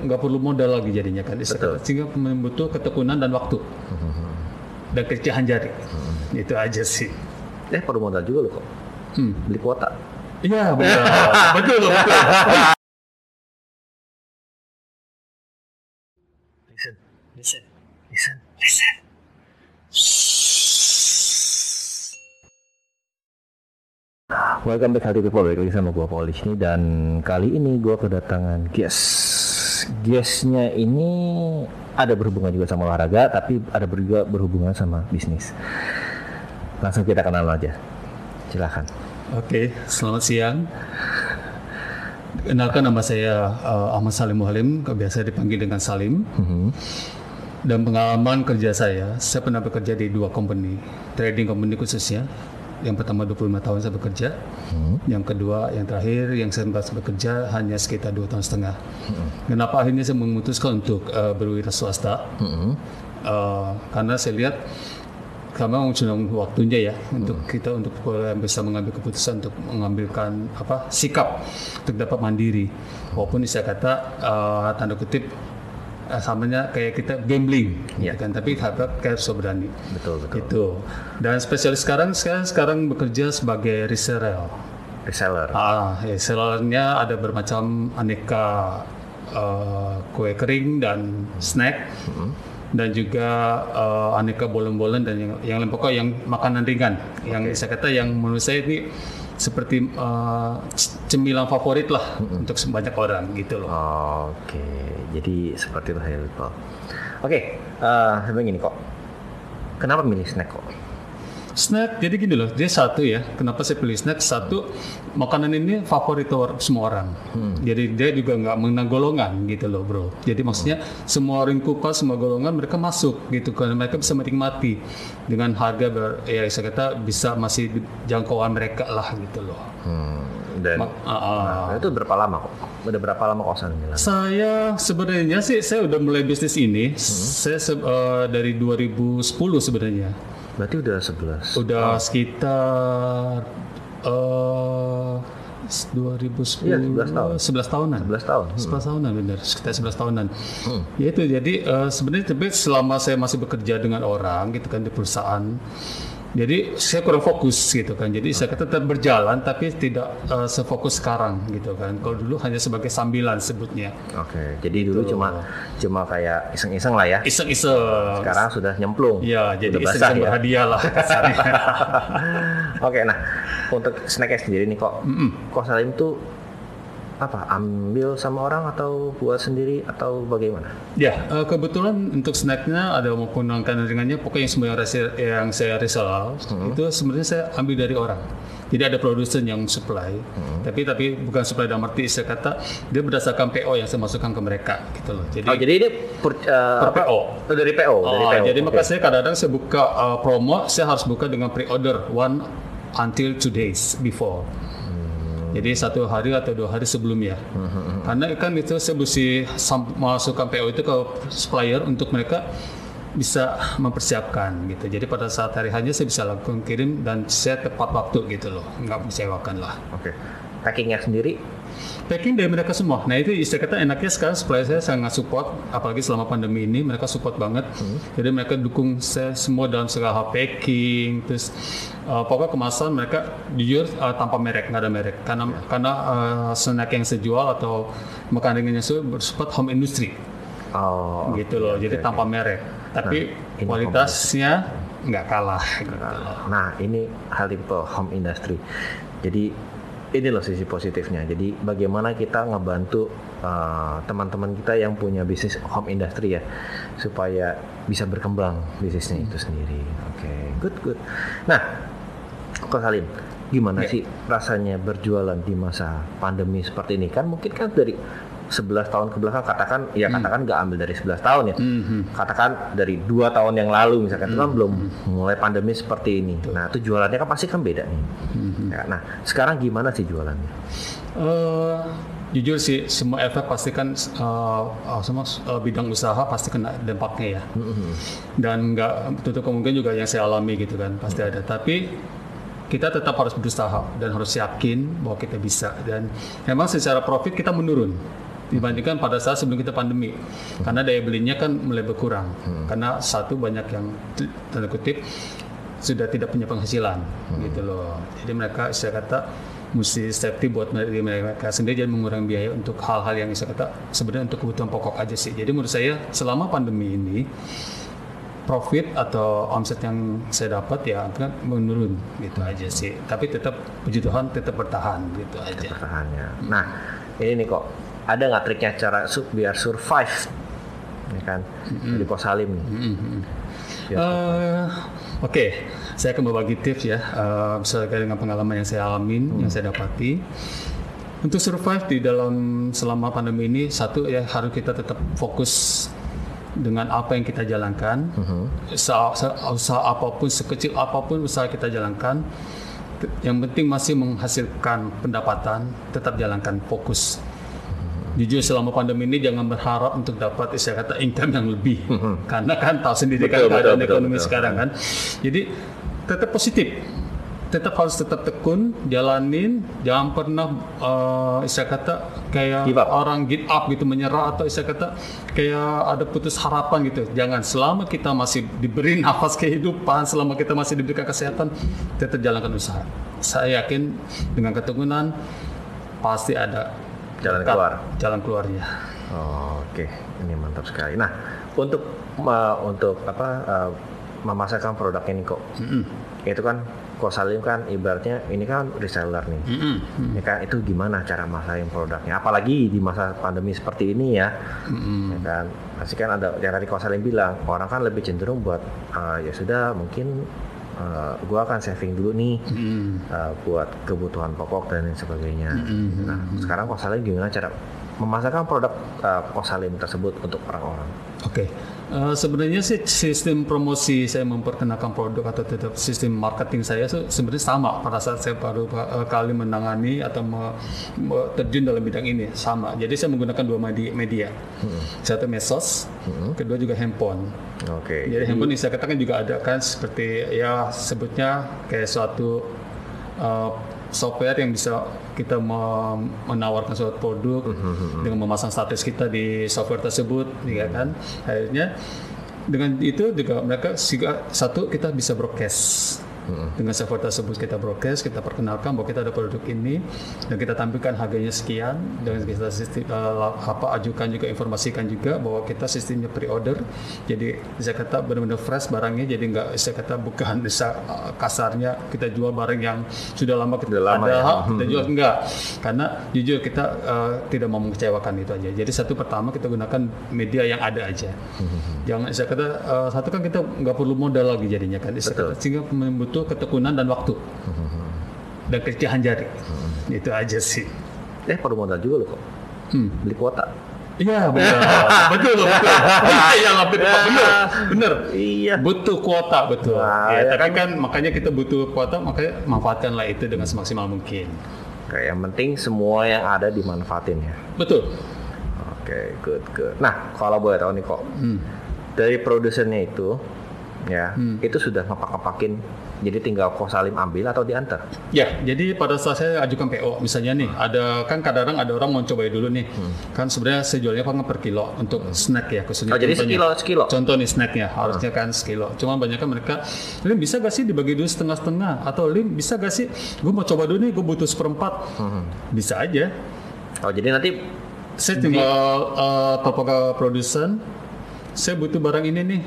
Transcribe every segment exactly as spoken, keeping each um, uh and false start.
nggak perlu modal lagi jadinya kan, sehingga membutuhkan ketekunan dan waktu hmm. dan kerjaan jari. Hmm. Itu aja sih. Eh perlu modal juga loh kok. Hmm. Beli kuota. Iya betul. betul betul. Listen, listen, listen, listen. Welcome back Healthy People, balik lagi sama gue Paul di sini, dan kali ini gue kedatangan guest. Guestnya ini ada berhubungan juga sama olahraga, tapi ada juga berhubungan sama bisnis. Langsung kita kenal aja, silakan. Oke, selamat siang. Kenalkan, nama saya uh, Ahmad Salim Muhalim, biasa dipanggil dengan Salim. Mm-hmm. Dan pengalaman kerja saya, saya pernah bekerja di dua company, trading company khususnya. Yang pertama dua puluh lima tahun saya bekerja, hmm. yang kedua, yang terakhir yang saya bekerja hanya sekitar dua tahun setengah. Hmm. Kenapa akhirnya saya memutuskan untuk uh, berwira swasta? Hmm. Uh, karena saya lihat karena sudah waktunya ya hmm. untuk kita untuk bisa mengambil keputusan untuk mengambilkan apa sikap untuk dapat mandiri. Walaupun saya kata uh, tanda kutip samanya kayak kita gambling, ya. Gitu kan? Tapi harap kayak harus berani. Betul betul. Gitu. Dan spesialis sekarang saya sekarang bekerja sebagai reseller. Reseller. Ah, resellernya ada bermacam aneka uh, kue kering dan snack, mm-hmm. dan juga uh, aneka bolen-bolen dan yang yang pokok yang makanan ringan. Okay. Yang saya kata yang menurut saya ini seperti uh, cemilan favorit lah mm-hmm. untuk banyak orang gitu loh. Oh, Oke. Okay. Jadi seperti itu Healthy People. Oke, okay, uh, begini kok. Kenapa milih snack kok? Snack, jadi gini loh, dia satu ya. Kenapa saya pilih snack? Satu, makanan ini favorit semua orang. Hmm. Jadi dia juga nggak mengenal golongan gitu loh bro. Jadi maksudnya hmm. semua orang kupas, semua golongan mereka masuk gitu. Karena mereka bisa menikmati dengan harga ber, ya saya kata bisa masih jangkauan mereka lah gitu loh. Hmm. Dan Ma- uh, uh, nah, itu berapa lama kok? Udah berapa lama kok San? Saya sebenarnya sih saya udah mulai bisnis ini. Hmm. Saya uh, dari dua ribu sepuluh sebenarnya. Berarti udah sebelas. Udah oh. sekitar uh, dua ribu sepuluh. Iya, sebelas tahun. sebelas tahunan. sebelas tahun. Hmm. sebelas tahunan benar, sekitar sebelas tahunan. Hmm. Ya itu jadi uh, sebenarnya tapi selama saya masih bekerja dengan orang gitu kan di perusahaan. Jadi saya kurang fokus gitu kan. Jadi okay. saya tetap berjalan tapi tidak uh, sefokus sekarang gitu kan. Kalau dulu hanya sebagai sambilan sebutnya. Oke. Okay. Jadi dulu gitu. cuma cuma kayak iseng-iseng lah ya. Iseng-iseng. Sekarang sudah nyemplung. Iya, jadi iseng-iseng ya? Berhadiah lah kasarnya. Oke, okay, nah untuk snacknya sendiri nih kok. Mm-mm. Kok Salim tuh apa ambil sama orang atau buat sendiri atau bagaimana? Ya kebetulan untuk snacknya ada maupun makanan ringannya pokoknya yang semua yang, resi- yang saya resell hmm. itu sebenarnya saya ambil dari orang. Jadi ada produsen yang supply, hmm. tapi tapi bukan supply dalam arti saya kata dia berdasarkan P O yang saya masukkan ke mereka gitu loh. Jadi oh jadi ini per, uh, per P O. Oh, dari P O. Oh, dari P O. Jadi okay. maka saya kadang-kadang saya buka uh, promo, saya harus buka dengan pre-order one until two days before. Jadi satu hari atau dua hari sebelumnya. Mm-hmm. Karena kan itu saya mesti masukkan P O itu ke supplier untuk mereka bisa mempersiapkan gitu. Jadi pada saat hari hanya saya bisa lakukan kirim dan saya tepat waktu gitu loh. Nggak mengecewakan lah. Oke. Okay. Packingnya sendiri? Packing dari mereka semua. Nah itu istilah kata enaknya sekarang supplier saya sangat support, apalagi selama pandemi ini mereka support banget. Hmm. Jadi mereka dukung saya semua dalam segala hal packing, terus uh, pokoknya kemasan mereka jujur uh, tanpa merek, nggak ada merek. Karena yeah. karena uh, snack yang saya jual atau makanan yang saya bersupport home industry. Oh, gitu loh. Okay, jadi okay. tanpa merek, tapi nah, kualitasnya nggak kalah. Gitu loh. Nah ini Healthy People home industry. Jadi ini loh sisi positifnya. Jadi bagaimana kita ngebantu uh, teman-teman kita yang punya bisnis home industry ya, supaya bisa berkembang bisnisnya itu sendiri. Oke, okay. good good. Nah, Kak Salim, gimana yeah. sih rasanya berjualan di masa pandemi seperti ini? Kan mungkin kan dari sebelas tahun ke belakang katakan ya katakan nggak hmm. ambil dari sebelas tahun ya. Hmm. Katakan dari dua tahun yang lalu misalkan hmm. itu kan belum mulai pandemi seperti ini. Betul. Nah, itu jualannya kan pasti kan beda nih. Hmm. Ya, nah, sekarang gimana sih jualannya? Uh, jujur sih semua efek pasti kan uh, uh, semua uh, bidang usaha pasti kena dampaknya ya. Hmm. Dan nggak tutup kemungkinan juga yang saya alami gitu kan pasti hmm. ada. Tapi kita tetap harus berusaha dan harus yakin bahwa kita bisa, dan memang secara profit kita menurun. dibandingkan pada saat sebelum kita pandemi. Karena daya belinya kan mulai berkurang. Hmm. Karena satu banyak yang tanda kutip sudah tidak punya penghasilan hmm. gitu loh. Jadi mereka saya kata mesti safety buat mereka sendiri dan mengurangi biaya untuk hal-hal yang saya kata sebenarnya untuk kebutuhan pokok aja sih. Jadi menurut saya selama pandemi ini profit atau omset yang saya dapat ya akan menurun gitu aja sih. Tapi tetap puji Tuhan tetap bertahan gitu aja. Tetap bertahan ya. Nah ini nih kok ada nggak triknya cara su- biar survive, ya kan? Mm-hmm. Di Kos Salim nih. Mm-hmm. Uh, Oke, okay. Saya akan berbagi tips ya, uh, misalnya dengan pengalaman yang saya alamin, hmm. yang saya dapati. Untuk survive di dalam selama pandemi ini, satu ya harus kita tetap fokus dengan apa yang kita jalankan. Hmm. Usaha, usaha apapun, sekecil apapun usaha kita jalankan, yang penting masih menghasilkan pendapatan, tetap jalankan fokus. Jujur selama pandemi ini jangan berharap untuk dapat saya kata income yang lebih mm-hmm. karena kan tahu sendiri betul, kan keadaan betul, ekonomi betul, sekarang betul. Kan jadi tetap positif, tetap harus tetap tekun, jalanin, jangan pernah uh, saya kata kayak orang give up gitu, menyerah atau saya kata kayak ada putus harapan gitu. Jangan, selama kita masih diberi nafas kehidupan, selama kita masih diberikan kesehatan, tetap jalankan usaha. Saya yakin dengan ketekunan pasti ada jalan keluar, jalan keluarnya. Oh, Oke, okay. Ini mantap sekali. Nah, untuk uh, untuk apa uh, memasarkan produk ini kok, mm-hmm. itu kan Kos Salim kan ibaratnya ini kan reseller nih, mm-hmm. ya kan itu gimana cara masarin produknya? Apalagi di masa pandemi seperti ini ya, mm-hmm. ya kan pasti kan ada yang tadi Kos Salim bilang orang kan lebih cenderung buat uh, ya sudah mungkin Uh, gue akan saving dulu nih mm. uh, buat kebutuhan pokok dan lain sebagainya. Mm-hmm. Nah, sekarang Kos Salim gimana cara memasarkan produk uh, Kos Salim tersebut untuk orang-orang? Oke, okay. uh, sebenarnya sih sistem promosi saya memperkenalkan produk atau tetap sistem marketing saya so, sebenarnya sama pada saat saya baru uh, kali menangani atau me, me, terjun dalam bidang ini sama. Jadi saya menggunakan dua media, media. Hmm. satu medsos, hmm. kedua juga handphone. Oke. Okay. Jadi handphone saya katakan juga ada kan seperti ya sebutnya kayak suatu uh, software yang bisa kita menawarkan suatu produk mm-hmm. dengan memasang status kita di software tersebut, ya kan. Akhirnya dengan itu juga mereka satu kita bisa broadcast. Hmm. Dengan software tersebut kita broadcast, kita perkenalkan bahwa kita ada produk ini dan kita tampilkan harganya sekian, dan kita sistem, uh, apa ajukan juga informasikan juga bahwa kita sistemnya pre-order. Jadi saya kata benar-benar fresh barangnya, jadi enggak saya kata bukan bisa uh, kasarnya kita jual barang yang sudah lama kita lama ada ya. kita jual enggak. Karena jujur kita uh, tidak mau mengecewakan itu aja. Jadi satu pertama kita gunakan media yang ada aja. Hmm. Jangan saya kata uh, satu kan kita enggak perlu modal lagi jadinya kan. Saya kata, sehingga membutuhkan ketekunan dan waktu hmm. dan kegigihan jari. Hmm. Itu aja sih. Eh perlu modal juga loh kok. Hmm. Beli kuota. Iya betul. betul betul. Iya hampir benar. Benar. Iya. Butuh kuota betul. Nah, ya, ya tapi kan, kan makanya kita butuh kuota, makanya manfaatkanlah itu dengan semaksimal mungkin. Oke, yang penting semua yang ada dimanfaatin ya. Betul. Oke, good good. Nah, kalau boleh tahu nih kok. Hmm. Dari produsennya itu ya, hmm. itu sudah ngepak-ngepakin, jadi tinggal Kos Salim ambil atau diantar? Ya, jadi pada saat saya ajukan P O misalnya nih, ada kan kadang-kadang ada orang mau cobain dulu nih, hmm. kan sebenarnya saya jualnya kan per kilo untuk hmm. snack ya khususnya. Oh, jadi sekilo sekilo. Contoh nih snacknya harusnya hmm. kan sekilo. Cuma banyak kan mereka, Lim bisa gak sih dibagi dulu setengah-setengah? Atau Lim bisa gak sih, gue mau coba dulu nih, gue butuh seperempat. Hmm. Bisa aja. Oh jadi nanti saya tinggal uh, telepon ke produsen. Saya butuh barang ini nih,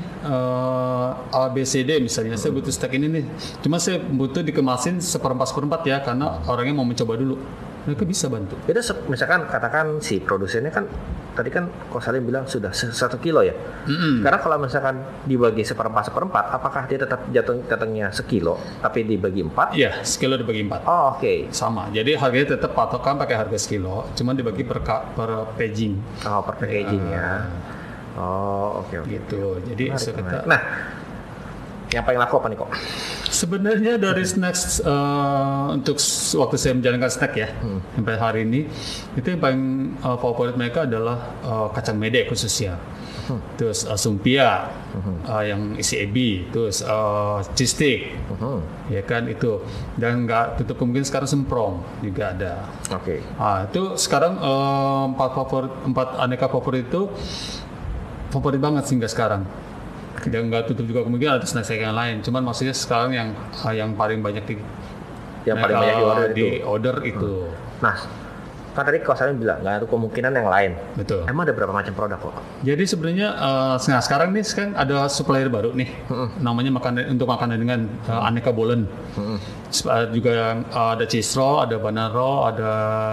uh, A, B, C, D misalnya, hmm. saya butuh stek ini nih. Cuma saya butuh dikemasin seperempat seperempat ya, karena orangnya mau mencoba dulu. Mereka bisa bantu. Itu misalkan katakan si produsennya kan, tadi kan Kos Salim bilang sudah satu kilo ya. Mm-hmm. Karena kalau misalkan dibagi seperempat seperempat, apakah dia tetap jatuh datangnya sekilo, tapi dibagi empat? Iya, sekilo dibagi empat. Oh oke. Okay. Sama. Jadi harganya tetap patokan pakai harga sekilo, cuma dibagi per, per packaging. Oh per packaging uh, ya. Oh oke okay, oke. Okay. Gitu. Jadi menarik, saya kata. Nah, yang paling laku apa nih kok? Sebenarnya dari snacks uh, untuk s- waktu saya menjalankan snack ya Hmm. sampai hari ini itu yang paling uh, favorit mereka adalah uh, kacang mede khususnya. Hmm. Terus uh, sumpia uh, yang isi ebi, terus uh, cheese stick, Mhm. ya kan itu. Dan nggak tutup kemungkinan sekarang semprong juga ada. Oke. Ah, itu sekarang eh, empat favorit, empat aneka favorit itu favorit banget sehingga sekarang. Dan nggak tutup juga kemungkinan ada snack yang lain. Cuman maksudnya sekarang yang ah, yang paling banyak di Yang paling banyak di order di itu. order itu. Nah, kan tadi kalau saya bilang nggak ada kemungkinan yang lain. Betul. Emang ada berapa macam produk kok? Jadi sebenarnya eh, nah sekarang nih sekarang ada supplier baru nih. Namanya makanan untuk makanan dengan eh, aneka bolen. Mm-mm. Sp- eh, juga yang, eh, ada cheese roll, ada banana roll, ada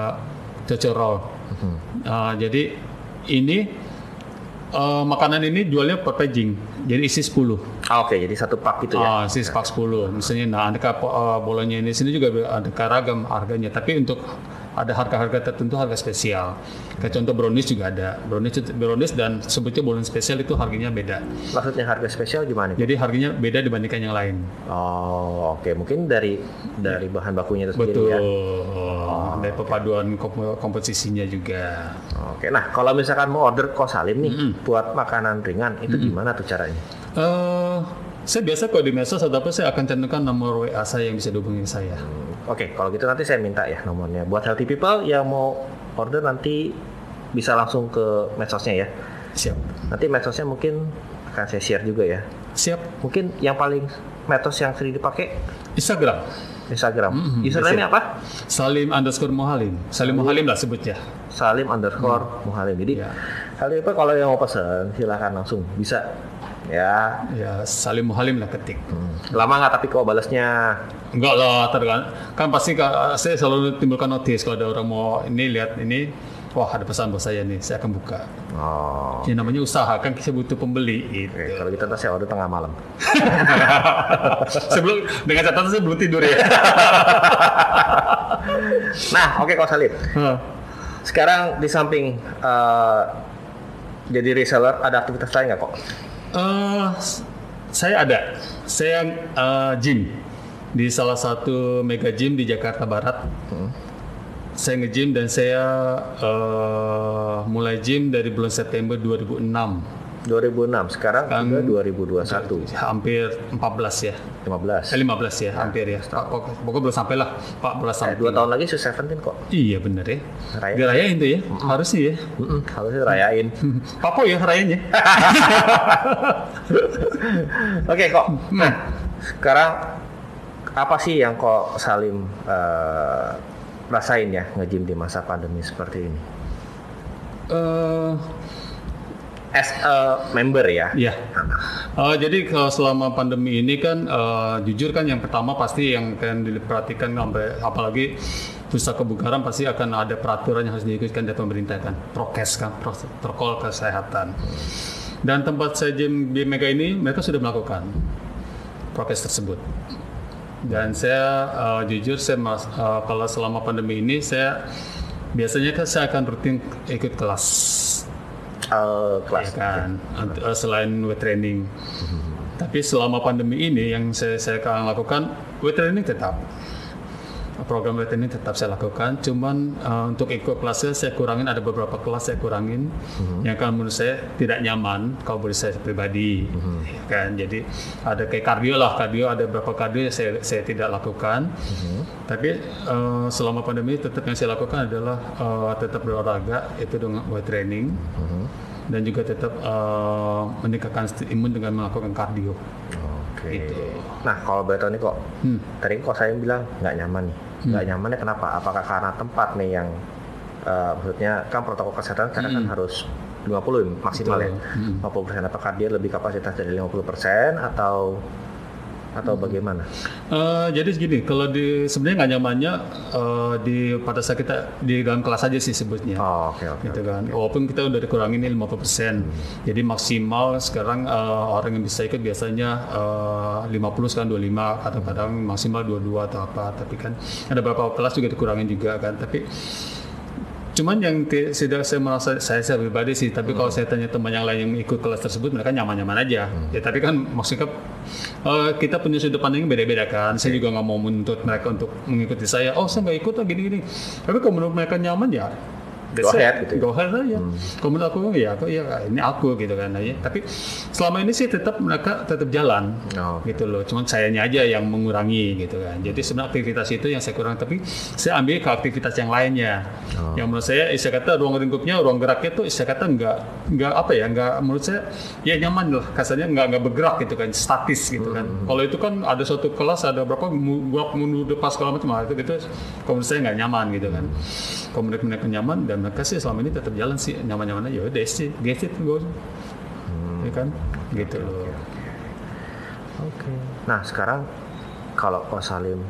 cocor roll. Eh, jadi ini eh, makanan ini jualnya per packaging. Jadi isi sepuluh. Ah, oke, jadi satu pak gitu ya. Ah, isi pak sepuluh. Misalnya nah aneka uh, bolanya ini sini juga aneka ragam harganya, tapi untuk ada harga-harga tertentu harga spesial. Kayak contoh brownies juga ada. Brownies brownies dan sebutnya bolen spesial itu harganya beda. Maksudnya harga spesial gimana? Jadi harganya beda dibandingkan yang lain. Oh, oke. Mungkin dari dari bahan bakunya itu sendiri Betul. ya. Dari perpaduan kompo- komposisinya juga. Oke. Nah, kalau misalkan mau order Ko Salim nih buat makanan ringan, itu gimana tuh caranya? Eh, saya biasa kalau di medsos atau apa saya akan cantumkan nomor W A saya yang bisa dihubungi saya. Oke, kalau gitu nanti saya minta ya nomornya. Buat healthy people yang mau order nanti bisa langsung ke medsosnya ya. Siap. Nanti medsosnya mungkin akan saya share juga ya. Siap. Mungkin yang paling medsos yang sering dipakai Instagram. Instagram. Mm-mm, Username apa? Salim underscore Muhalim. Salim Muhalim lah sebutnya. Salim underscore Muhalim. Jadi Ya. healthy people kalau yang mau pesan silahkan langsung bisa. Ya. Ya Salim Muhalim lah ketik. Lama nggak tapi kok balasnya? Enggak lah, tergan. Kan pasti ka- saya selalu timbulkan notis kalau ada orang mau ini lihat ini. Wah ada pesan buat saya nih, saya akan buka. Oh. Ya namanya usaha kan kita butuh pembeli gitu. Oke, kalau gitu ntar saya order tengah malam. Sebelum dengan catatan saya belum tidur ya. Nah, oke Ko Salim. Hah. Sekarang di samping eh, jadi reseller ada aktivitas lain nggak kok? Eh, s- saya ada, saya eh, gym di salah satu mega gym di Jakarta Barat. Saya nge-gym dan saya eh, mulai gym dari bulan September dua ribu enam, dua ribu enam, sekarang Kan- udah dua ribu dua puluh satu, hampir empat belas ya, lima belas. eh, lima belas ya, hampir ya. Pokok- Pokoknya belum sampai lah, empat belas Eh, sampai. dua tahun lagi sudah tujuh belas kok. Iya bener ya, Raya. dirayain tuh ya, harusnya ya. Mm-mm, harusnya rayain. Papo ya rayanya. Oke kok. Nah, sekarang apa sih yang kok Salim eh, rasain ya nge-gym di masa pandemi seperti ini? Eh, As a member ya. Ya, Eh, jadi kalau selama pandemi ini kan eh, jujur kan yang pertama pasti yang akan diperhatikan sampai apalagi pusat kebugaran pasti akan ada peraturan yang harus diikutkan dari pemerintah kan, prokes kan, pros- protokol kesehatan. Dan tempat saya gym di Mega ini mereka sudah melakukan prokes tersebut. Dan saya eh, jujur saya mas, eh, kalau selama pandemi ini saya biasanya kan saya akan rutin ikut kelas. Eh, kelas. Ya kan, Ant- eh, selain weight training. Tapi selama pandemi ini yang saya, saya akan lakukan weight training tetap. Program weight training tetap saya lakukan, cuman eh, untuk ikut kelasnya saya kurangin, ada beberapa kelas saya kurangin yang kan menurut saya tidak nyaman kalau menurut saya pribadi. Ya kan, jadi ada kayak kardio lah, kardio ada beberapa kardio yang saya, saya tidak lakukan. Tapi eh, selama pandemi tetap yang saya lakukan adalah eh, tetap berolahraga itu dengan weight training. Dan juga tetap eh, meningkatkan sistem imun dengan melakukan kardio. Oke. Gitu. Nah, kalau boleh tahu nih kok, Hmm. tadi kok saya bilang nggak nyaman nih. Nggak nyamannya kenapa? Apakah karena tempat nih yang, eh, maksudnya kan protokol kesehatan sekarang kan harus lima puluh maksimal Betul. ya. Hmm. lima puluh persen apakah dia lebih kapasitas dari lima puluh persen atau atau bagaimana? Eh, jadi gini, kalau di sebenarnya nggak nyamannya eh, di pada saat kita di dalam kelas aja sih sebutnya. Oh, oke oke. Gitu kan. Walaupun kita udah dikurangin nih lima puluh persen. Jadi maksimal sekarang eh, orang yang bisa ikut biasanya eh, lima puluh sekarang dua puluh lima, kadang-kadang maksimal dua puluh dua atau apa. Tapi kan ada beberapa kelas juga dikurangin juga kan. Tapi cuman yang ti- sudah saya merasa saya, saya pribadi sih, tapi kalau saya tanya teman yang lain yang ikut kelas tersebut, mereka nyaman-nyaman aja. Ya tapi kan maksudnya uh, kita punya sudut pandang yang beda-beda kan. Saya juga nggak mau menuntut mereka untuk mengikuti saya. Oh saya nggak ikut lah gini-gini. Tapi kalau menurut mereka nyaman ya Go ahead gitu ya. Go ahead aja. Hmm. Kalau menurut aku ya aku ya ini aku gitu kan ya. Tapi selama ini sih tetap mereka tetap jalan Oh. gitu loh. Cuman sayanya aja yang mengurangi gitu kan. Jadi sebenarnya aktivitas itu yang saya kurang, tapi saya ambil ke aktivitas yang lainnya. Oh. Yang menurut saya saya kata ruang lingkupnya, ruang geraknya tuh saya kata enggak enggak apa ya, enggak menurut saya ya nyaman lah. Kasarnya enggak enggak bergerak gitu kan, statis gitu kan. Hmm. Kalau itu kan ada suatu kelas ada berapa buat menuju pas segala macam itu gitu. Kalau menurut saya enggak nyaman gitu kan. Kalau mereka nyaman dan mereka sih selama ini tetap jalan sih nyaman-nyaman aja, udah sih, get it go, hmm. ya kan, gitu loh. Oke. Okay. Nah sekarang kalau Ko Salim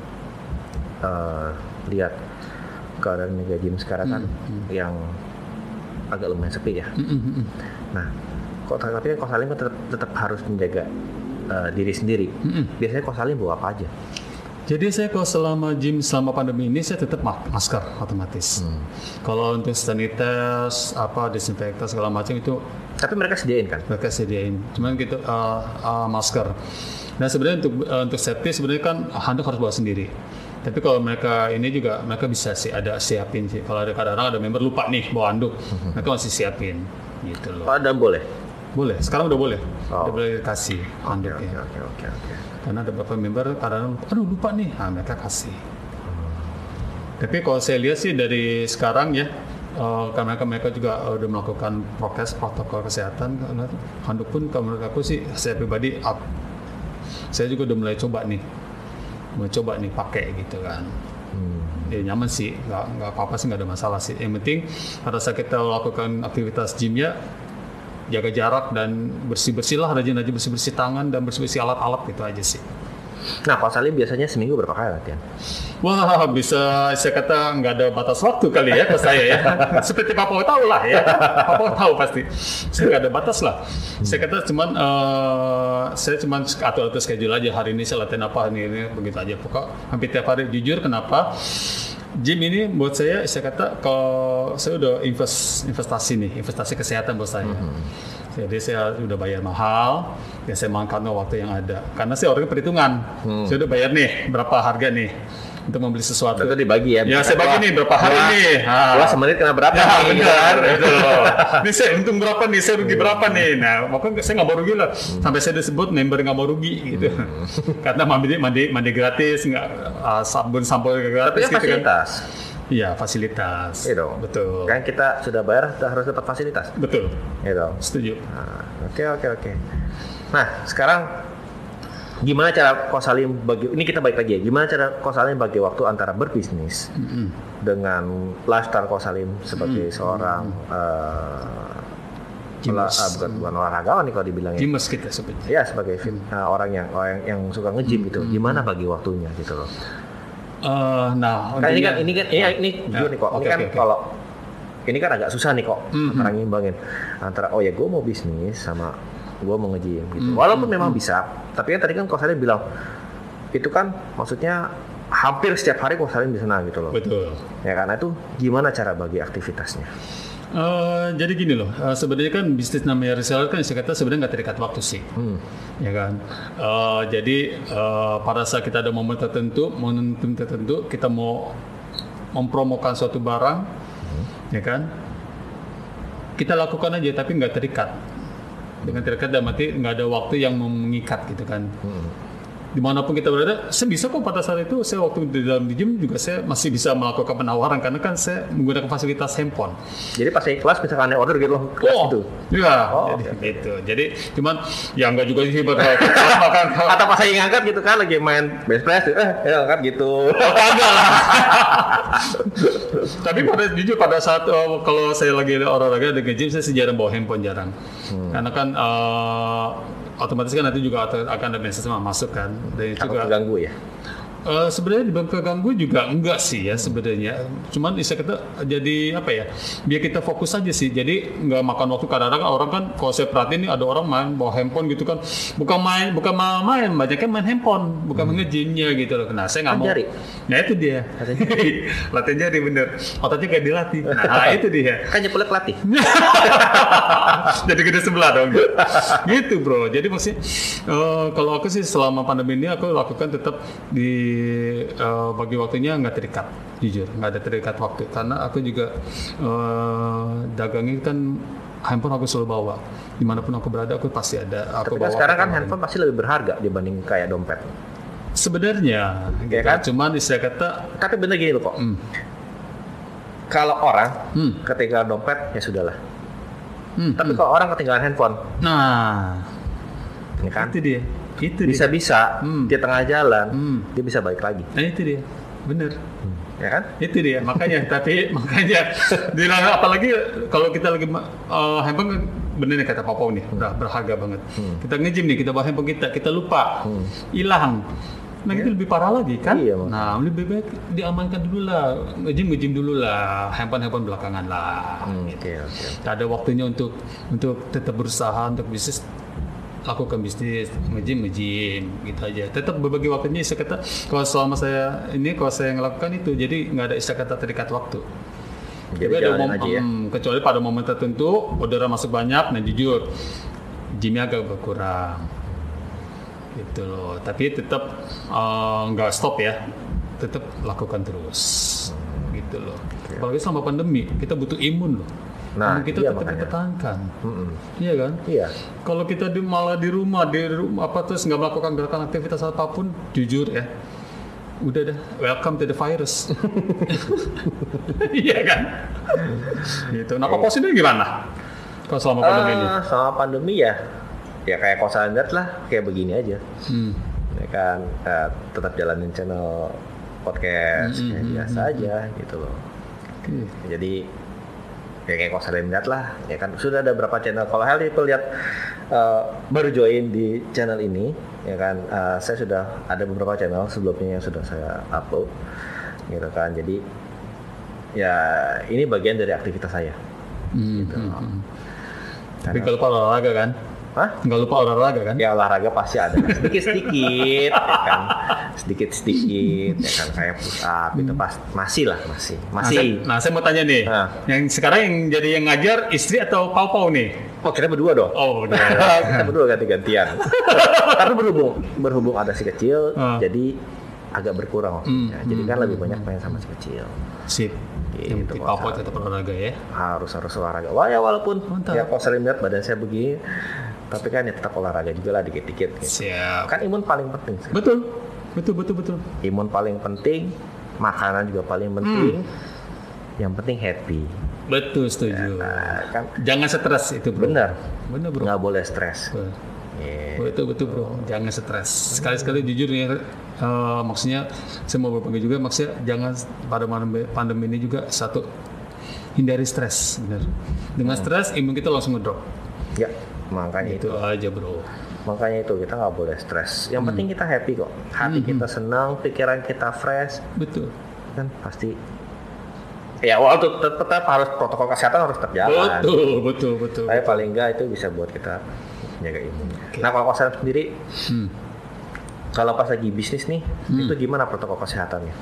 uh, lihat keadaan Mega Gym sekarang kan hmm. yang agak lumayan sepi ya. Hmm, hmm, hmm. Nah, kok tapi Ko Salim kan tetap, tetap harus menjaga uh, diri sendiri. Hmm. Biasanya Ko Salim bawa apa aja? Jadi saya kalau selama gym selama pandemi ini saya tetap masker otomatis. Hmm. Kalau untuk sanititas, apa desinfektan segala macam itu. Tapi mereka sediain kan? Mereka sediain. Cuman gitu uh, uh, masker. Nah sebenarnya untuk uh, untuk safety sebenarnya kan handuk harus bawa sendiri. Tapi kalau mereka ini juga mereka bisa sih ada siapin sih. Kalau ada kadang-kadang ada member lupa nih bawa handuk, hmm. mereka masih siapin gitu loh. Oh, ada boleh? Boleh. Sekarang udah boleh. Oh. Udah boleh kasih handuknya. Oke oke oke oke. Karena ada beberapa member kadang aduh lupa nih, nah, mereka kasih. Hmm. Tapi kalau saya lihat sih dari sekarang ya, uh, karena mereka juga uh, udah melakukan prokes protokol kesehatan, karena handuk pun kalau menurut aku sih saya pribadi up. Saya juga udah mulai coba nih, mau coba nih pakai gitu kan. Hmm. Ya nyaman sih, nggak nggak apa-apa sih, nggak ada masalah sih. Yang penting pada saat kita lakukan aktivitas gymnya, jaga jarak dan bersih-bersih lah, rajin-rajin bersih-bersih tangan dan bersih-bersih alat-alat gitu aja sih. Nah, Ko Salim biasanya seminggu berapa kali latihan? Wah, bisa saya kata nggak ada batas waktu kali ya ke saya ya. Seperti Papa tahu lah ya. Papa tahu pasti. Saya nggak ada batas lah. Hmm. Saya kata cuman uh, saya cuman atur-atur schedule aja. Hari ini saya latihan apa, ini, ini begitu aja. Pokok hampir tiap hari. Jujur kenapa? Gym ini buat saya, saya kata kalau saya udah invest, investasi nih, investasi kesehatan buat saya. Mm-hmm. Jadi saya udah bayar mahal, ya saya makan waktu yang ada. Karena saya orangnya perhitungan, hmm. saya udah bayar nih berapa harga nih untuk membeli sesuatu. Itu dibagi ya? Ya saya bagi nih berapa hari wah, nih. Wah semenit kena berapa? Ya, nih? Benar, itu loh. Ini saya untung berapa nih, saya rugi berapa nih. Nah makanya saya nggak mau rugi lah. Sampai saya disebut member nggak mau rugi gitu. Hmm. Karena mandi mandi mandi gratis, nggak uh, sabun sampo gratis. Tapi kan gitu fasilitas. Kan. Iya, fasilitas. Iya dong. Betul. Kan kita sudah bayar, kita harus dapat fasilitas. Betul. Iya dong. Setuju. Oke, oke, oke. Nah, sekarang gimana cara Ko Salim bagi, ini kita balik lagi ya, gimana cara Ko Salim bagi waktu antara berbisnis mm-hmm. dengan lifestyle Ko Salim sebagai mm-hmm. seorang uh, olah, uh, bukan, bukan olahragawan nih kalau dibilangnya. Gymers kita sebutnya. Iya, sebagai mm-hmm. uh, orang yang orang yang suka nge-gym gitu. Mm-hmm. Gimana bagi waktunya gitu loh. Uh, nah, kan ini kan ini kan ini ini jujur nih kok. Okay, ini kan okay, okay. kalau ini kan agak susah nih kok mm-hmm. antara ngimbangin antara oh ya gue mau bisnis sama gue mau nge-gym gitu. Mm-hmm. Walaupun memang bisa, tapi kan tadi kan Ko Salim bilang itu kan maksudnya hampir setiap hari Ko Salim di sana gitu loh. Betul. Ya karena itu gimana cara bagi aktivitasnya? Uh, jadi gini loh, uh, sebenarnya kan bisnis namanya reseller kan saya kata sebenarnya nggak terikat waktu sih, hmm. ya kan. Uh, jadi uh, pada saat kita ada momen tertentu, momen tertentu kita mau mempromokan suatu barang, hmm. ya kan, kita lakukan aja tapi nggak terikat. Dengan terikat dalam arti nggak ada waktu yang mengikat gitu kan. Hmm. Dimanapun kita berada, saya bisa kok pada saat itu, saya waktu di dalam di gym juga saya masih bisa melakukan penawaran karena kan saya menggunakan fasilitas handphone. Jadi pas saya kelas misalkan order gitu loh, kelas oh, gitu. Iya, oh, jadi okay. gitu. Jadi cuman ya enggak juga sih bakal makan. Atau pas saya ngangkat gitu kan lagi main bench press, eh ya ngangkat gitu. Enggak lah. Tapi pada jujur pada saat oh, kalau saya lagi olahraga di gym saya jarang bawa handphone jarang. Hmm. Karena kan uh, otomatis kan nanti juga akan ada message masuk kan. Dan takut juga terganggu ya? Uh, sebenarnya dibilang keganggu juga enggak sih ya sebenarnya. Cuman bisa kita jadi apa ya? Biar kita fokus aja sih. Jadi nggak makan waktu. Kadang-kadang orang kan kalau saya perhatiin nih ada orang main bawa handphone gitu kan. Bukan main, bukan main, banyak kan main handphone, bukan hmm. nge-gymnya gitu loh. Nah saya nggak mau. Jari. Nah itu dia. Latihan jari bener. Otaknya kayak dilatih. Nah itu dia. Kan jepulnya latih. Jadi gede sebelah dong. Gitu bro. Jadi maksudnya uh, kalau aku sih selama pandemi ini aku lakukan tetap di uh, bagi waktunya nggak terikat, jujur nggak ada terikat waktu karena aku juga uh, dagangnya kan handphone aku selalu bawa dimanapun aku berada aku pasti ada. Aku Tapi bawa sekarang kan handphone pasti lebih berharga dibanding kayak dompet. Sebenarnya, ya gitu. Kan? Cuman istilah kata. Tapi bener gini loh kok. Hmm. Kalau orang hmm. ketinggalan dompet ya sudahlah. Hmm. Tapi hmm. kalau orang ketinggalan handphone, nah, ini kan? Itu dia. Itu bisa-bisa hmm. di tengah jalan hmm. dia bisa balik lagi. Nah itu dia, bener. Hmm. Ya kan? Itu dia, makanya. tapi makanya, apalagi kalau kita lagi uh, handphone bener nih kata Papa nih, udah berharga banget. Hmm. Kita nge-gym nih, kita bawa handphone kita, kita lupa, hilang. Hmm. Nah itu ya. Lebih parah lagi kan? Iya, nah lebih baik diamankan dulu lah, nge-gym nge-gym dulu lah, handphone handphone belakangan lah. Hmm, gitu. Okay, okay. Ada waktunya untuk untuk tetap berusaha untuk bisnis. Lakukan bisnis, nge-gym, nge-gym, gitu aja. Tetap berbagi waktunya istilah kata, kalau selama saya ini, kalau saya ngelakukan itu, jadi nggak ada istilah kata terikat waktu. Jadi, jadi ada momen, ya? um, kecuali pada momen tertentu, orderan masuk banyak, nah jujur, gymnya agak berkurang. Gitu loh. Tapi tetap nggak uh, stop ya, tetap lakukan terus. Gitu loh. Okay. Apalagi selama pandemi, kita butuh imun loh. Nah, kita iya, tetap dipertahankan, mm-hmm. iya kan? Iya. Kalau kita di, malah di rumah, di rumah apa terus nggak melakukan gerakan aktivitas apapun, jujur ya, udah dah, welcome to the virus. Iya kan? Gitu. Nah, Papa sini gimana? Kalau selama pandemi uh, ini? Selama pandemi ya, ya kayak kosan lihat lah, kayak begini aja. Hmm. Ya kan, uh, tetap jalanin channel podcast mm-hmm. kayak biasa mm-hmm. aja gitu loh. Okay. Jadi ya kayak kau sering lihat lah, ya kan sudah ada berapa channel. Kalau Hal itu lihat uh, baru join di channel ini, ya kan uh, saya sudah ada beberapa channel sebelumnya yang sudah saya upload, gitu kan. Jadi ya ini bagian dari aktivitas saya. Hmm, gitu. hmm, hmm. Tapi kalau olahraga kan? Hah? Nggak lupa olahraga kan? Ya olahraga pasti ada, sedikit-sedikit, ya kan, sedikit-sedikit, ya kan kayak push up hmm. itu pas masih lah masih masih. Nah saya, nah, saya mau tanya nih, nah. yang sekarang yang jadi yang ngajar istri atau pau-pau nih? Oh kita berdua dong. Oh berdua. Kita berdua ganti-gantian. Karena berhubung berhubung ada si kecil, uh. jadi agak berkurang waktunya. Hmm. Jadi kan hmm. lebih banyak main sama si kecil. Sip. Gitu, pau-pau tetap olahraga ya? Harus harus olahraga. Wah ya walaupun Mantap. ya kalau sering lihat badan saya begini. Tapi kan ya tetap olahraga juga lah dikit-dikit gitu. Siap. Kan imun paling penting sih. Betul. Betul, betul, betul. Imun paling penting, makanan juga paling penting. Hmm. Yang penting happy. Betul, setuju. Ya, nah, kan jangan stres itu, Bro. Benar. Benar, Bro. Nggak boleh stres. Yeah. Betul, betul, Bro. Jangan stres. Sekali-sekali jujur ya, uh, maksudnya saya mau berbagi juga, maksudnya jangan pada pandemi ini juga satu hindari stres, benar. Dengan hmm. stres imun kita langsung ngedrop. Ya. Makanya itu, itu aja bro. Makanya itu kita nggak boleh stres. Yang hmm. penting kita happy kok. Hati hmm. kita senang, pikiran kita fresh. Betul. Kan pasti. Ya waktu tetap, tetap harus protokol kesehatan harus tetap jalan. Betul, betul, betul. Tapi paling enggak itu bisa buat kita menjaga imunnya. Okay. Nah kalau kosan sendiri, hmm. kalau pas lagi bisnis nih, hmm. itu gimana protokol kesehatannya?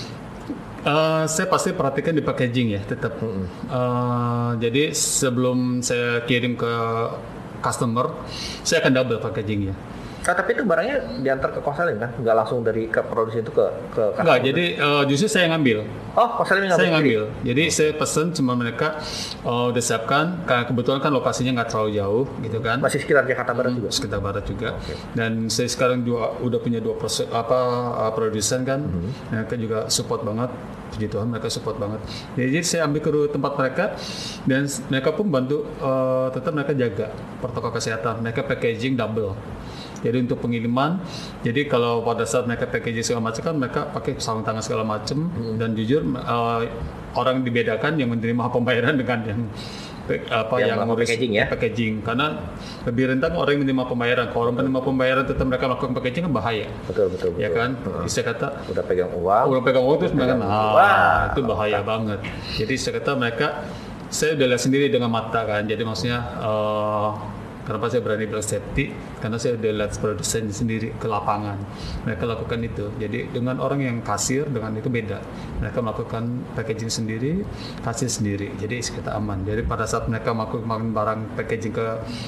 Uh, saya pasti perhatikan di packaging ya, tetap. Hmm. Uh, jadi sebelum saya kirim ke customer, saya akan double packagingnya. Nah, tapi itu barangnya diantar ke Kosalim kan? Nggak langsung dari ke produksi itu ke ke customer? Nggak, jadi uh, justru saya ngambil. Oh, Kosalim ngambil? Saya ngambil. Jadi saya pesen cuma mereka uh, udah siapkan, karena kebetulan kan lokasinya nggak terlalu jauh gitu kan. Masih sekitar Jakarta Barat hmm, juga? Sekitar Barat juga. Okay. Dan saya sekarang juga udah punya dua proses, apa, uh, produsen kan, hmm. mereka juga support banget. Puji Tuhan mereka support banget. Jadi saya ambil ke tempat mereka dan mereka pun bantu, uh, tetap mereka jaga protokol kesehatan. Mereka packaging double. Jadi untuk pengiriman, jadi kalau pada saat mereka packaging segala macam kan mereka pakai sarung tangan segala macam hmm. dan jujur uh, orang dibedakan yang menerima pembayaran dengan yang pe- apa Yang yang, melakukan ngurus packaging ya? packaging karena lebih rentan orang yang menerima pembayaran. Kalau orang menerima pembayaran tetap mereka melakukan packaging kan bahaya. Betul betul betul. Ya kan? Heeh. Saya kata Udah pegang uang. orang pegang uang terus mereka pegang nah uang. itu bahaya banget. Jadi saya kata mereka saya udah lihat sendiri dengan mata kan. Jadi maksudnya eh, kenapa saya berani bilang safety? Karena saya udah lihat produsen sendiri ke lapangan. Mereka lakukan itu. Jadi dengan orang yang kasir dengan itu beda. Mereka melakukan packaging sendiri, kasir sendiri. Jadi kita aman. Jadi pada saat mereka melakukan barang packaging ke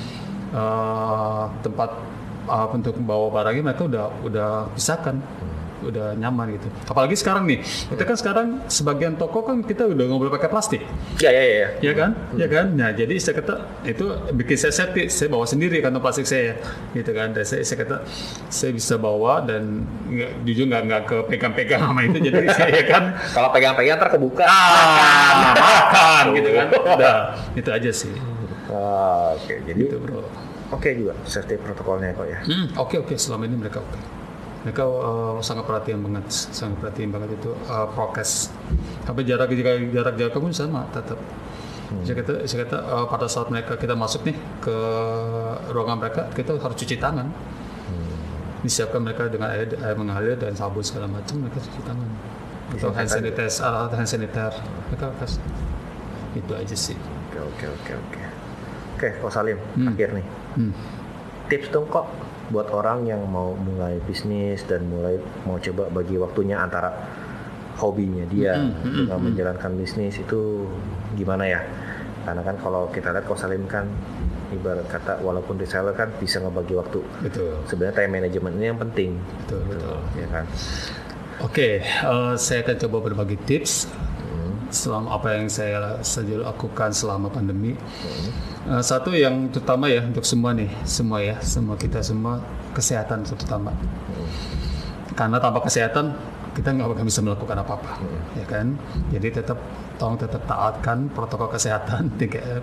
uh, tempat uh, untuk membawa barangnya, mereka udah udah pisahkan. Udah nyaman gitu. Apalagi sekarang nih, kita kan sekarang sebagian toko kan kita udah nggak boleh pakai plastik. Ya ya ya. Ya kan, hmm. ya kan. Nah jadi saya kata itu bikin saya safety, saya bawa sendiri kantong plastik saya, gitu kan. Dan saya, saya kata saya bisa bawa dan nggak, jujur nggak nggak kepegang-pegang sama itu. Jadi saya kan Kalau pegang-pegang ntar kebuka. ah, makan gitu kan. Udah itu aja sih. Ah, Oke, jadi Gitu bro. oke juga safety protokolnya kok ya. Hmm, oke oke selama ini mereka oke. Mereka uh, sangat perhatian banget, sangat perhatian banget itu uh, prokes. Tapi jarak jarak jarak pun sama tetap. Hmm. Saya kata, saya kata uh, pada saat mereka kita masuk nih ke ruangan mereka, kita harus cuci tangan. Hmm. Disiapkan mereka dengan air, air mengalir dan sabun segala macam, mereka cuci tangan. Atau hand sanitizer, alat hand sanitizer, mereka kasih. Itu aja sih. Oke oke oke oke. Oke, Kok Salim, Hmm. akhir nih. Hmm. Tips dong kok buat orang yang mau mulai bisnis dan mulai mau coba bagi waktunya antara hobinya dia Hmm, hmm, dengan hmm. menjalankan bisnis itu gimana ya? Karena kan kalau kita lihat Kok Salim kan ibarat kata walaupun reseller kan bisa ngebagi waktu. Betul. Sebenarnya time management ini yang penting. Betul, betul. Ya kan? Oke, uh, saya akan coba berbagi tips selama apa yang saya saja lakukan selama pandemi. Hmm. Uh, satu yang terutama ya untuk semua nih, semua ya, semua kita semua kesehatan terutama. Hmm. Karena tanpa kesehatan kita nggak akan bisa melakukan apa-apa, hmm. ya kan? Jadi tetap tolong tetap taatkan protokol kesehatan tiga M.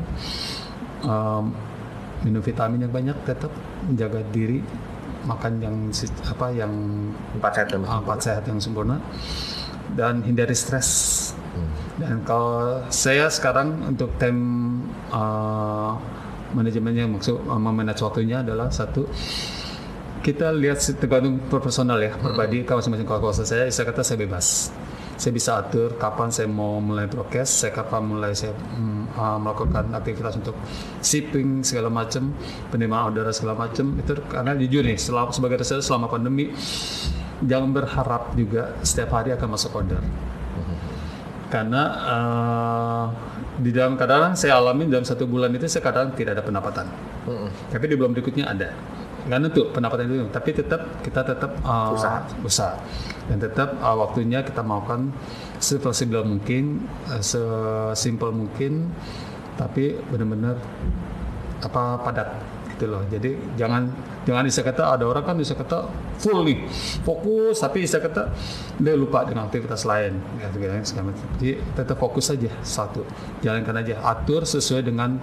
Um, minum vitamin yang banyak, tetap menjaga diri, makan yang apa yang empat sehat yang empat sehat yang sempurna dan hindari stres. Hmm. Dan kalau saya sekarang untuk time uh, manajemennya maksud uh, memanage waktunya adalah satu kita lihat tergantung personal ya, pribadi kalau masing-masing. Kalau saya, saya kata saya bebas. Saya bisa atur kapan saya mau mulai prokes, saya kapan mulai saya mm, uh, melakukan aktivitas untuk shipping segala macam, penerimaan order segala macam. Itu karena jujur nih, selama sebagai reseller selama pandemi jangan berharap juga setiap hari akan masuk order. Karena uh, di dalam kadang saya alamin dalam satu bulan itu saya kadang tidak ada pendapatan, mm-hmm. tapi di bulan berikutnya ada. Nggak tentu pendapatan itu, tapi tetap kita tetap uh, usaha. usaha dan tetap uh, waktunya kita maukan sefleksibel mungkin, uh, sesimpel mungkin, tapi benar-benar apa padat gitu loh. Jadi jangan jangan bisa kata ada orang kan bisa kata full nih fokus, tapi bisa kata dia lupa dengan aktivitas lain gitu kan. Jadi tetap fokus saja satu, jalankan aja, atur sesuai dengan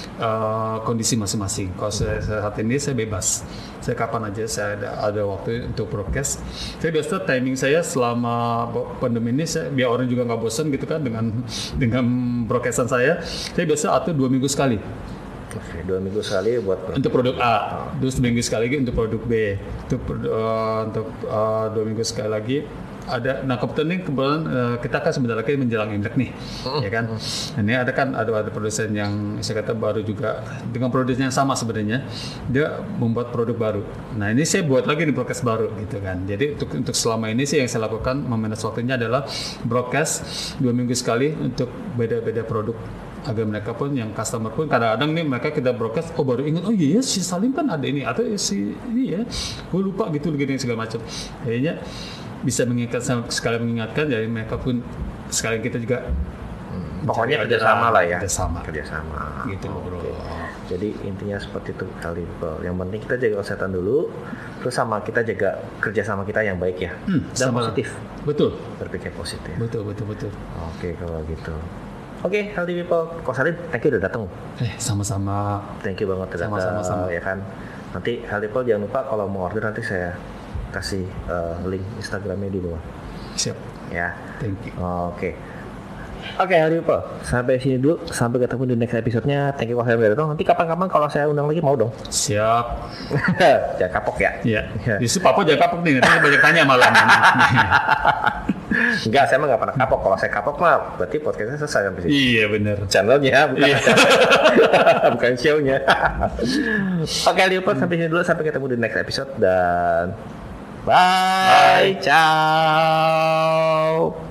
uh, kondisi masing-masing. Kalau saya, saat ini saya bebas, saya kapan aja saya ada ada waktu untuk prokes. Saya biasa timing saya selama pandemi ini saya, biar orang juga nggak bosan gitu kan dengan dengan prokesan saya. Saya biasa atur dua minggu sekali. Oke, dua minggu sekali buat produk. Untuk produk A, terus seminggu sekali lagi untuk produk B, untuk uh, untuk uh, dua minggu sekali lagi ada. Nah kebetulan ini kebetulan uh, kita kan sebentar lagi menjelang Imlek nih, mm-hmm. ya kan. Nah, ini ada kan ada ada produsen yang saya kata baru juga dengan produsen yang sama sebenarnya, dia membuat produk baru. Nah ini saya buat lagi nih broadcast baru gitu kan. Jadi untuk untuk selama ini sih yang saya lakukan memanage waktunya adalah broadcast dua minggu sekali untuk beda-beda produk. Agar mereka pun yang customer pun kadang-kadang nih mereka kita broadcast oh baru ingat oh iya si Salim kan ada ini atau si ini ya gue lupa gitu gini segala macam. Kayaknya bisa mengingatkan sekali mengingatkan jadi mereka pun sekali kita juga hmm, pokoknya kerjasama lah ya kerjasama kerjasama gitu loh bro. Okay. Jadi intinya seperti itu kali Bro. Yang penting kita jaga kesehatan dulu, terus sama kita jaga kerjasama kita yang baik ya hmm, dan sama. Positif. Betul. Berpikir positif. Betul betul betul. Oke kalau gitu. Oke, okay, healthy people. Kok Salim, thank you udah datang. Eh, sama-sama. Thank you banget udah datang. Sama-sama. Ya kan. Nanti healthy people jangan lupa kalau mau order nanti saya kasih uh, link Instagramnya di bawah. Siap. Ya. Thank you. Oke. Okay. Oke, hari People. Sampai sini dulu. Sampai ketemu di next episode-nya. Thank you Mas Herberto. Nanti kapan-kapan kalau saya undang lagi mau dong. Siap. Jangan kapok ya. Iya. Justru Papa jangan kapok nih. Nanti banyak tanya malam. Enggak, saya mah nggak pernah kapok. Kalau saya kapok mah berarti podcastnya selesai sampai sini. Iya benar. Channelnya bukan Iya. bukan show-nya. Oke, hari People. Sampai sini dulu. Sampai ketemu di next episode dan bye. Ciao.